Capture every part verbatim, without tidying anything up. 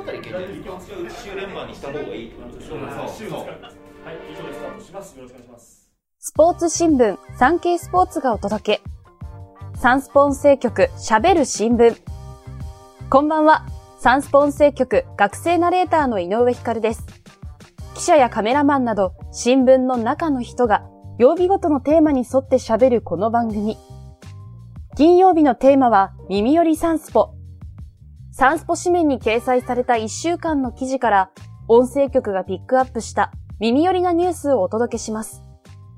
あたり決定ですか？週連番にした方がいいってことですよね。 週ですから。はい、以上でスタートします。よろしくお願いします。 スポーツ新聞、サンケイスポーツがお届け。サンスポ音声局、喋る新聞。こんばんは。サンスポ音声局、学生ナレーターの井上光です。記者やカメラマンなど、新聞の中の人が、曜日ごとのテーマに沿って喋るこの番組。金曜日のテーマは、耳よりサンスポ。サンスポ紙面に掲載されたいっしゅうかんの記事から、音声局がピックアップした耳寄りなニュースをお届けします。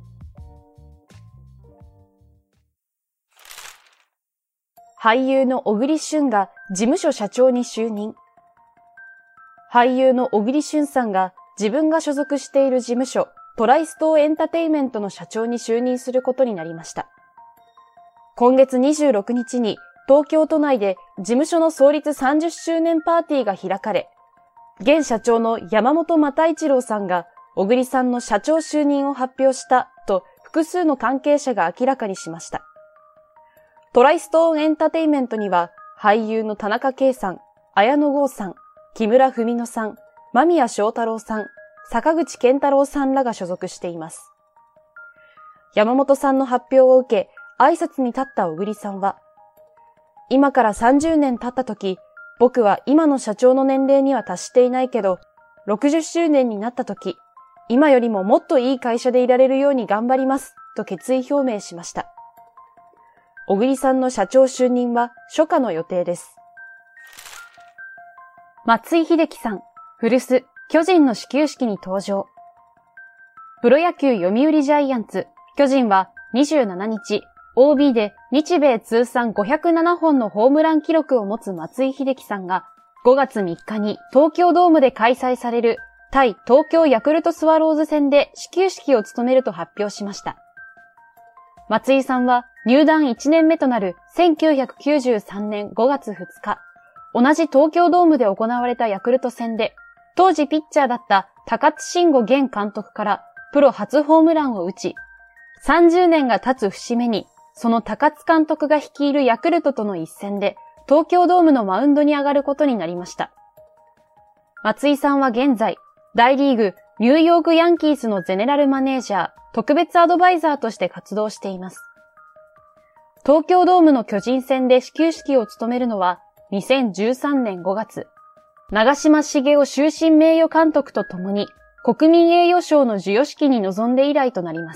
俳優の小栗旬が事務所社長に就任。俳優の小栗旬さんが自分が所属している事務所トライストーエンタテイメントの社長に就任することになりました。今月にじゅうろくにちに東京都内で事務所の創立さんじゅっしゅうねんパーティーが開かれ、現社長の山本又一郎さんが小栗さんの社長就任を発表したと複数の関係者が明らかにしました。トライストーンエンタテイメントには俳優の田中圭さん、綾野剛さん、木村文乃さん、間宮祥太朗さん、坂口健太郎さんらが所属しています。山本さんの発表を受け、挨拶に立った小栗さんは、今からさんじゅうねん経った時、僕は今の社長の年齢には達していないけど、ろくじゅっしゅうねんになった時、今よりももっといい会社でいられるように頑張ります、と決意表明しました。小栗さんの社長就任は初夏の予定です。松井秀喜さん、古巣、巨人の始球式に登場。プロ野球読売ジャイアンツ、巨人はにじゅうしちにち、オービー で日米通算ごひゃくななほんのホームラン記録を持つ松井秀喜さんがごがつみっかに東京ドームで開催される対東京ヤクルトスワローズ戦で始球式を務めると発表しました。松井さんは入団いちねんめとなるせんきゅうひゃくきゅうじゅうさんねんごがつふつか、同じ東京ドームで行われたヤクルト戦で、当時ピッチャーだった高津臣吾現監督からプロ初ホームランを打ち、さんじゅうねんが経つ節目に、その高津監督が率いるヤクルトとの一戦で、東京ドームのマウンドに上がることになりました。松井さんは現在、大リーグニューヨークヤンキースのゼネラルマネージャー、特別アドバイザーとして活動しています。東京ドームの巨人戦で始球式を務めるのは、にせんじゅうさんねんごがつ、長嶋茂雄終身名誉監督と共に、国民栄誉賞の授与式に臨んで以来となります。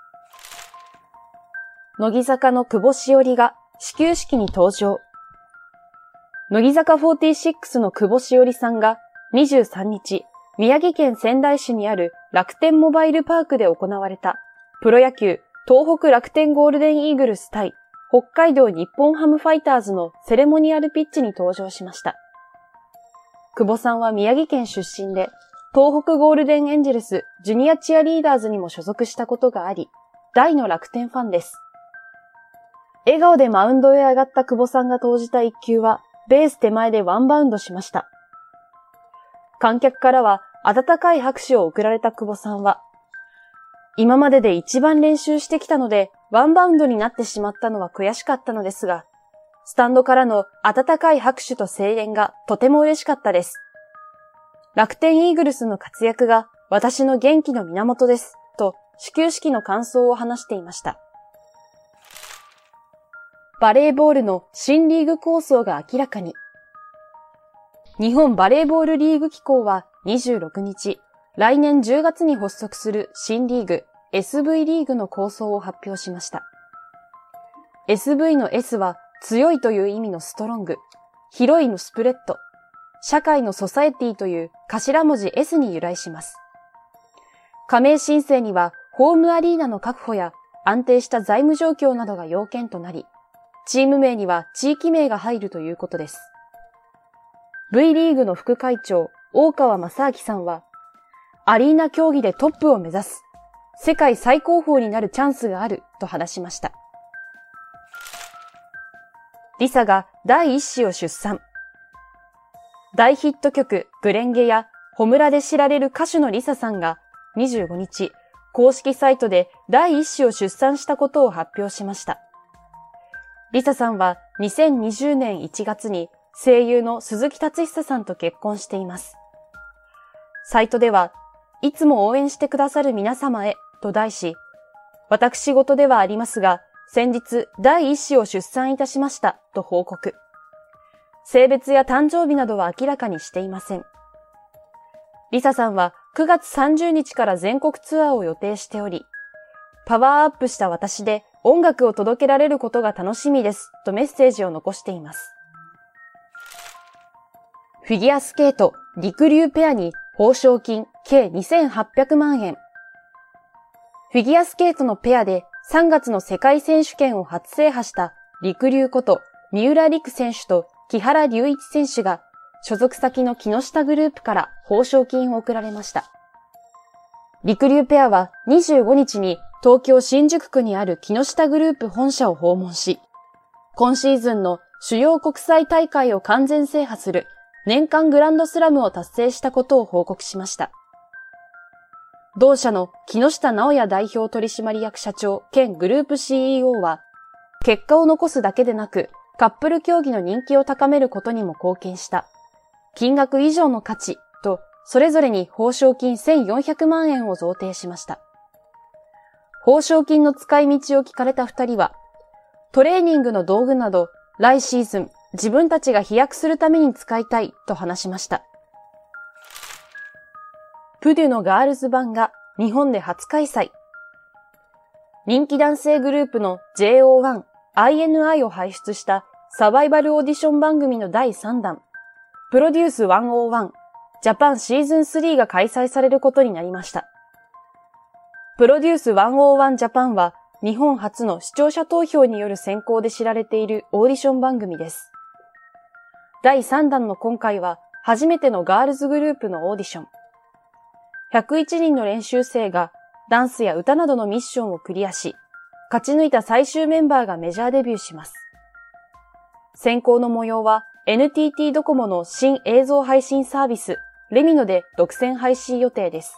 乃木坂の久保しおりが始球式に登場。乃木坂フォーティーシックスの久保しおりさんがにじゅうさんにち、宮城県仙台市にある楽天モバイルパークで行われたプロ野球東北楽天ゴールデンイーグルス対北海道日本ハムファイターズのセレモニアルピッチに登場しました。久保さんは宮城県出身で、東北ゴールデンエンジェルスジュニアチアリーダーズにも所属したことがあり、大の楽天ファンです。笑顔でマウンドへ上がった久保さんが投じた一球は、ベース手前でワンバウンドしました。観客からは温かい拍手を送られた久保さんは、今までで一番練習してきたので、ワンバウンドになってしまったのは悔しかったのですが、スタンドからの温かい拍手と声援がとても嬉しかったです。楽天イーグルスの活躍が私の元気の源です、と始球式の感想を話していました。バレーボールの新リーグ構想が明らかに。日本バレーボールリーグ機構はにじゅうろくにち、来年じゅうがつに発足する新リーグ エスブイ リーグの構想を発表しました。エスブイ の S は強いという意味のストロング、広いのスプレッド、社会のソサエティという頭文字 S に由来します。加盟申請にはホームアリーナの確保や安定した財務状況などが要件となり、チーム名には地域名が入るということです。V リーグの副会長、大川正明さんは、アリーナ競技でトップを目指す、世界最高峰になるチャンスがあると話しました。リサが第一子を出産。大ヒット曲グレンゲやホムラで知られる歌手のリサさんがにじゅうごにち、公式サイトで第一子を出産したことを発表しました。リサさんはにせんにじゅうねんいちがつに声優の鈴木達久さんと結婚しています。サイトでは、いつも応援してくださる皆様へと題し、私事ではありますが、先日第一子を出産いたしましたと報告。性別や誕生日などは明らかにしていません。リサさんはくがつさんじゅうにちから全国ツアーを予定しており、パワーアップした私で音楽を届けられることが楽しみですとメッセージを残しています。フィギュアスケート、りくりゅうペアに報奨金計にせんはっぴゃくまんえん。フィギュアスケートのペアでさんがつの世界選手権を初制覇したりくりゅうこと三浦璃来選手と木原龍一選手が所属先の木下グループから報奨金を贈られました。りくりゅうペアはにじゅうごにちに東京新宿区にある木下グループ本社を訪問し、今シーズンの主要国際大会を完全制覇する年間グランドスラムを達成したことを報告しました。同社の木下直也代表取締役社長兼グループ シーイーオー は、結果を残すだけでなく、カップル競技の人気を高めることにも貢献した。金額以上の価値と、それぞれに報奨金せんよんひゃくまんえんを贈呈しました。報奨金の使い道を聞かれた二人は、トレーニングの道具など、来シーズン自分たちが飛躍するために使いたいと話しました。プデュのガールズ版が日本で初開催。人気男性グループの ジェイオーワン、アイエヌアイ を輩出したサバイバルオーディション番組のだいさんだん、プロデュースひゃくいち、ジャパンシーズンスリーが開催されることになりました。プロデュースひゃくいちジャパンは日本初の視聴者投票による選考で知られているオーディション番組です。だいさんだんの今回は初めてのガールズグループのオーディション。ひゃくいちにんの練習生がダンスや歌などのミッションをクリアし、勝ち抜いた最終メンバーがメジャーデビューします。選考の模様は エヌティーティー ドコモの新映像配信サービスレミノで独占配信予定です。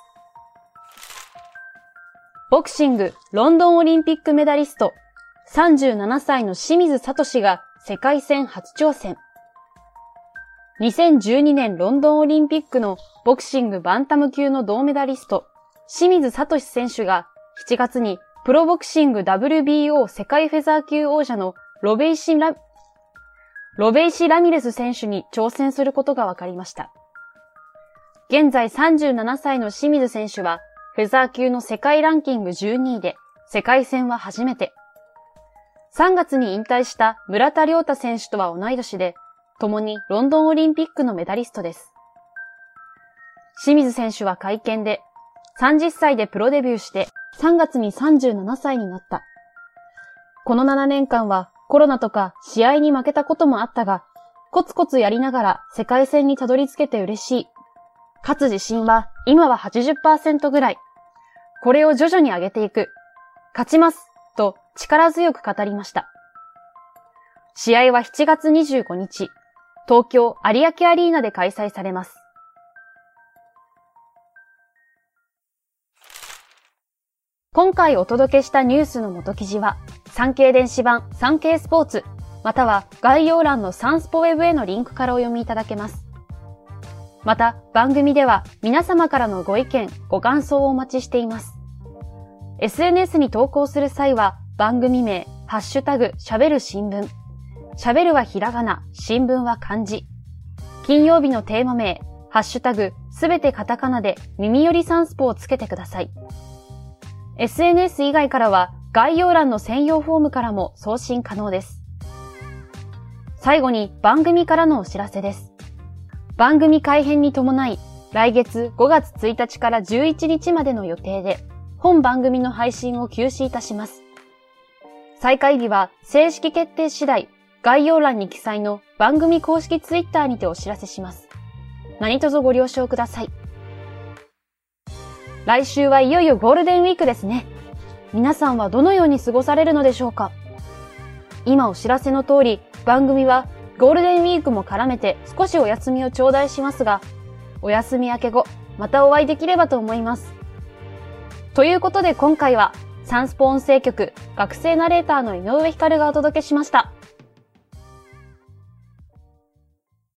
ボクシングロンドンオリンピックメダリストさんじゅうななさいの清水聡が世界戦初挑戦。にせんじゅうにねんロンドンオリンピックのボクシングバンタム級の銅メダリスト清水聡選手がしちがつにプロボクシング ダブリュービーオー 世界フェザー級王者のロベイシラ、ロベイシラミレス選手に挑戦することが分かりました。現在さんじゅうななさいの清水選手はフェザー級の世界ランキングじゅうにいで世界戦は初めて。さんがつに引退した村田諒太選手とは同い年で、共にロンドンオリンピックのメダリストです。清水選手は会見で、さんじゅっさいでプロデビューしてさんがつにさんじゅうななさいになった。このななねんかんはコロナとか試合に負けたこともあったが、コツコツやりながら世界戦にたどり着けて嬉しい。勝つ自信は今は はちじゅっパーセント ぐらい。これを徐々に上げていく。勝ちますと力強く語りました。試合はしちがつにじゅうごにち、東京有明アリーナで開催されます。今回お届けしたニュースの元記事は、産経電子版産経スポーツ、または概要欄のサンスポウェブへのリンクからお読みいただけます。また、番組では皆様からのご意見、ご感想をお待ちしています。エスエヌエス に投稿する際は、番組名、ハッシュタグ、しゃべる新聞。しゃべるはひらがな、新聞は漢字。金曜日のテーマ名、ハッシュタグ、すべてカタカナで耳よりサンスポをつけてください。エスエヌエス 以外からは、概要欄の専用フォームからも送信可能です。最後に番組からのお知らせです。番組改編に伴い、来月ごがつついたちからじゅういちにちまでの予定で、本番組の配信を休止いたします。再開日は正式決定次第、概要欄に記載の番組公式ツイッターにてお知らせします。何卒ご了承ください。来週はいよいよゴールデンウィークですね。皆さんはどのように過ごされるのでしょうか。今お知らせの通り、番組はゴールデンウィークも絡めて少しお休みを頂戴しますが、お休み明け後、またお会いできればと思います。ということで今回は、サンスポ音声局学生ナレーターの井上光がお届けしました。